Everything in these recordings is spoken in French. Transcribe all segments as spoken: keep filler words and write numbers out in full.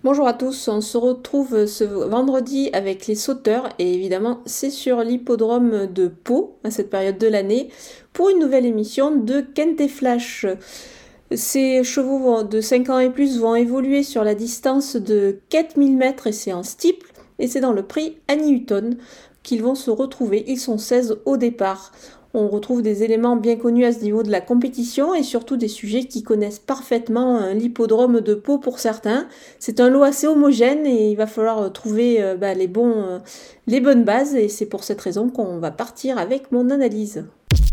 Bonjour à tous, on se retrouve ce vendredi avec les sauteurs et évidemment c'est sur l'hippodrome de Pau à cette période de l'année pour une nouvelle émission de Kent et Flash. Ces chevaux de cinq ans et plus vont évoluer sur la distance de quatre mille mètres et c'est en steeple et c'est dans le prix Annie Hutton qu'ils vont se retrouver, ils sont seize au départ. On retrouve des éléments bien connus à ce niveau de la compétition et surtout des sujets qui connaissent parfaitement l'hippodrome de Pau pour certains. C'est un lot assez homogène et il va falloir trouver euh, bah, les, bons, euh, les bonnes bases et c'est pour cette raison qu'on va partir avec mon analyse.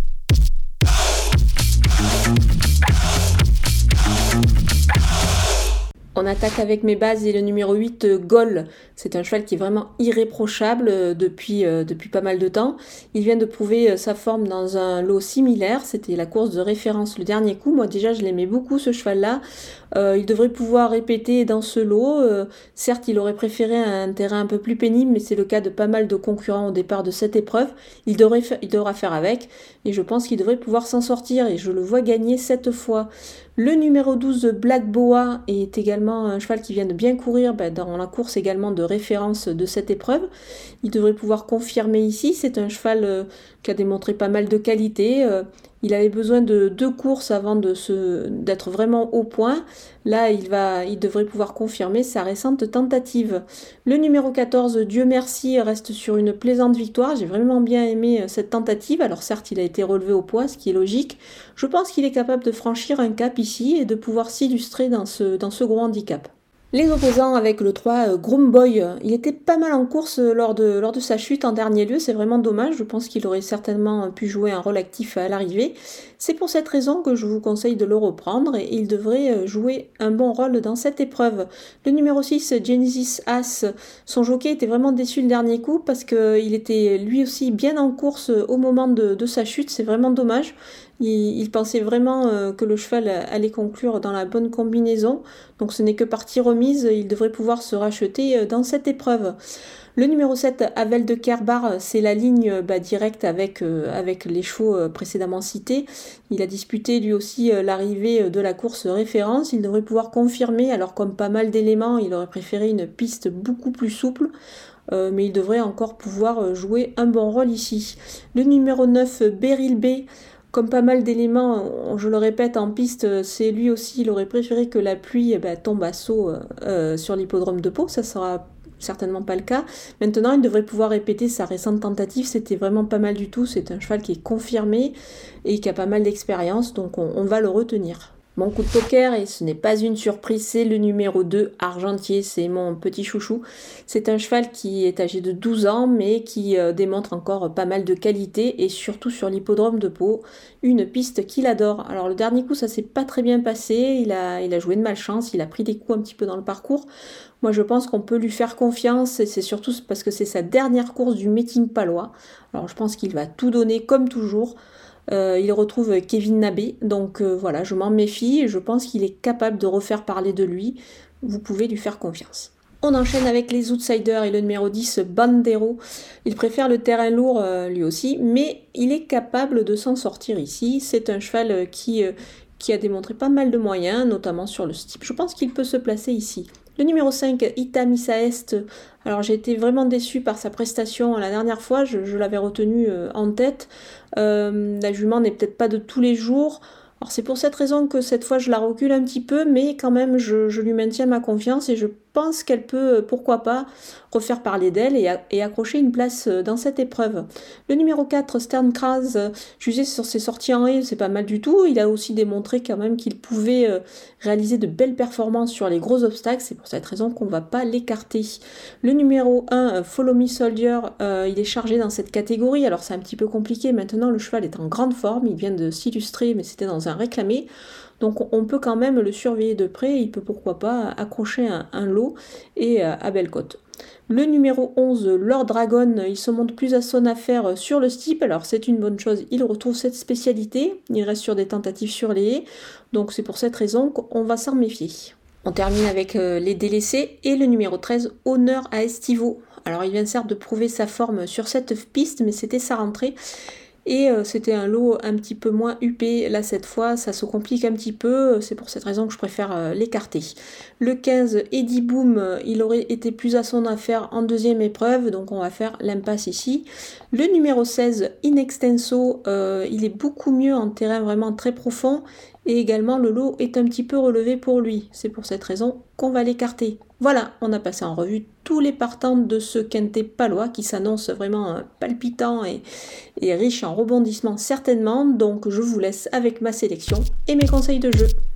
On attaque avec mes bases et le numéro huit, euh, Gol. C'est un cheval qui est vraiment irréprochable euh, depuis, euh, depuis pas mal de temps. Il vient de prouver euh, sa forme dans un lot similaire. C'était la course de référence le dernier coup. Moi déjà je l'aimais beaucoup ce cheval-là. Euh, il devrait pouvoir répéter dans ce lot. Euh, certes il aurait préféré un terrain un peu plus pénible, mais c'est le cas de pas mal de concurrents au départ de cette épreuve. Il, devrait fa- il devra faire avec et je pense qu'il devrait pouvoir s'en sortir et je le vois gagner cette fois. Le numéro douze, Black Boa, est également un cheval qui vient de bien courir bah, dans la course également de référence de cette épreuve. Il devrait pouvoir confirmer ici. C'est un cheval euh, qui a démontré pas mal de qualité. Euh, il avait besoin de deux courses avant de se, d'être vraiment au point. Là, il, va, il devrait pouvoir confirmer sa récente tentative. Le numéro quatorze, Dieu merci, reste sur une plaisante victoire. J'ai vraiment bien aimé cette tentative. Alors certes, il a été relevé au poids, ce qui est logique. Je pense qu'il est capable de franchir un cap ici et de pouvoir s'illustrer dans ce, dans ce gros handicap. Les opposants avec le trois, euh, Groom Boy, il était pas mal en course lors de, lors de sa chute en dernier lieu, c'est vraiment dommage, je pense qu'il aurait certainement pu jouer un rôle actif à l'arrivée. C'est pour cette raison que je vous conseille de le reprendre et il devrait jouer un bon rôle dans cette épreuve. Le numéro six, Genesis As, son jockey était vraiment déçu le dernier coup parce qu'il était lui aussi bien en course au moment de, de sa chute, c'est vraiment dommage. Il, il pensait vraiment euh, que le cheval allait conclure dans la bonne combinaison, donc ce n'est que partie remise, il devrait pouvoir se racheter euh, dans cette épreuve. Le numéro sept, Avel de Kerbar, c'est la ligne bah, directe avec, euh, avec les chevaux euh, précédemment cités. Il a disputé lui aussi euh, l'arrivée de la course référence, il devrait pouvoir confirmer, alors comme pas mal d'éléments, il aurait préféré une piste beaucoup plus souple. Euh, mais il devrait encore pouvoir jouer un bon rôle ici. Le numéro neuf, Beryl B, comme pas mal d'éléments, je le répète, en piste, c'est lui aussi, il aurait préféré que la pluie eh ben, tombe à saut euh, sur l'hippodrome de Pau, ça sera certainement pas le cas. Maintenant, il devrait pouvoir répéter sa récente tentative, c'était vraiment pas mal du tout, c'est un cheval qui est confirmé et qui a pas mal d'expérience, donc on, on va le retenir. Mon coup de poker, et ce n'est pas une surprise, c'est le numéro deux, Argentier, c'est mon petit chouchou. C'est un cheval qui est âgé de douze ans, mais qui euh, démontre encore pas mal de qualité, et surtout sur l'hippodrome de Pau, une piste qu'il adore. Alors le dernier coup, ça s'est pas très bien passé, il a, il a joué de malchance, il a pris des coups un petit peu dans le parcours. Moi je pense qu'on peut lui faire confiance, et c'est surtout parce que c'est sa dernière course du meeting palois. Alors je pense qu'il va tout donner comme toujours. Euh, il retrouve Kevin Nabé, donc euh, voilà, je m'en méfie et je pense qu'il est capable de refaire parler de lui. Vous pouvez lui faire confiance. On enchaîne avec les outsiders et le numéro dix, Bandero. Il préfère le terrain lourd euh, lui aussi, mais il est capable de s'en sortir ici. C'est un cheval qui, euh, qui a démontré pas mal de moyens, notamment sur le steep. Je pense qu'il peut se placer ici. Le numéro cinq, Ita Missa Est. Alors j'ai été vraiment déçue par sa prestation la dernière fois, je, je l'avais retenu euh, en tête. Euh, la jument n'est peut-être pas de tous les jours. Alors c'est pour cette raison que cette fois je la recule un petit peu, mais quand même je, je lui maintiens ma confiance et je pense qu'elle peut, pourquoi pas, refaire parler d'elle et, et accrocher une place dans cette épreuve. Le numéro quatre, Sternkraz, jugé sur ses sorties en haie, c'est pas mal du tout. Il a aussi démontré quand même qu'il pouvait euh, réaliser de belles performances sur les gros obstacles, c'est pour cette raison qu'on ne va pas l'écarter. Le numéro un, Follow Me Soldier, euh, il est chargé dans cette catégorie, alors c'est un petit peu compliqué, maintenant le cheval est en grande forme, il vient de s'illustrer, mais c'était dans un réclamé. Donc on peut quand même le surveiller de près, il peut pourquoi pas accrocher un, un lot et euh, à belle cote. Le numéro onze, Lord Dragon, il se montre plus à son affaire sur le steep, alors c'est une bonne chose, il retrouve cette spécialité, il reste sur des tentatives sur les haies, donc c'est pour cette raison qu'on va s'en méfier. On termine avec euh, les délaissés et le numéro treize, Honneur à Estivo. Alors il vient certes de prouver sa forme sur cette piste, mais c'était sa rentrée. Et euh, c'était un lot un petit peu moins huppé. Là, cette fois, ça se complique un petit peu. C'est pour cette raison que je préfère euh, l'écarter. Le quinze, Eddie Boom, il aurait été plus à son affaire en deuxième épreuve. Donc, on va faire l'impasse ici. Le numéro seize, In Extenso, euh, il est beaucoup mieux en terrain vraiment très profond. Et également, le lot est un petit peu relevé pour lui. C'est pour cette raison qu'on va l'écarter. Voilà, on a passé en revue tous les partants de ce quintet palois qui s'annonce vraiment palpitant et, et riche en rebondissements certainement. Donc je vous laisse avec ma sélection et mes conseils de jeu.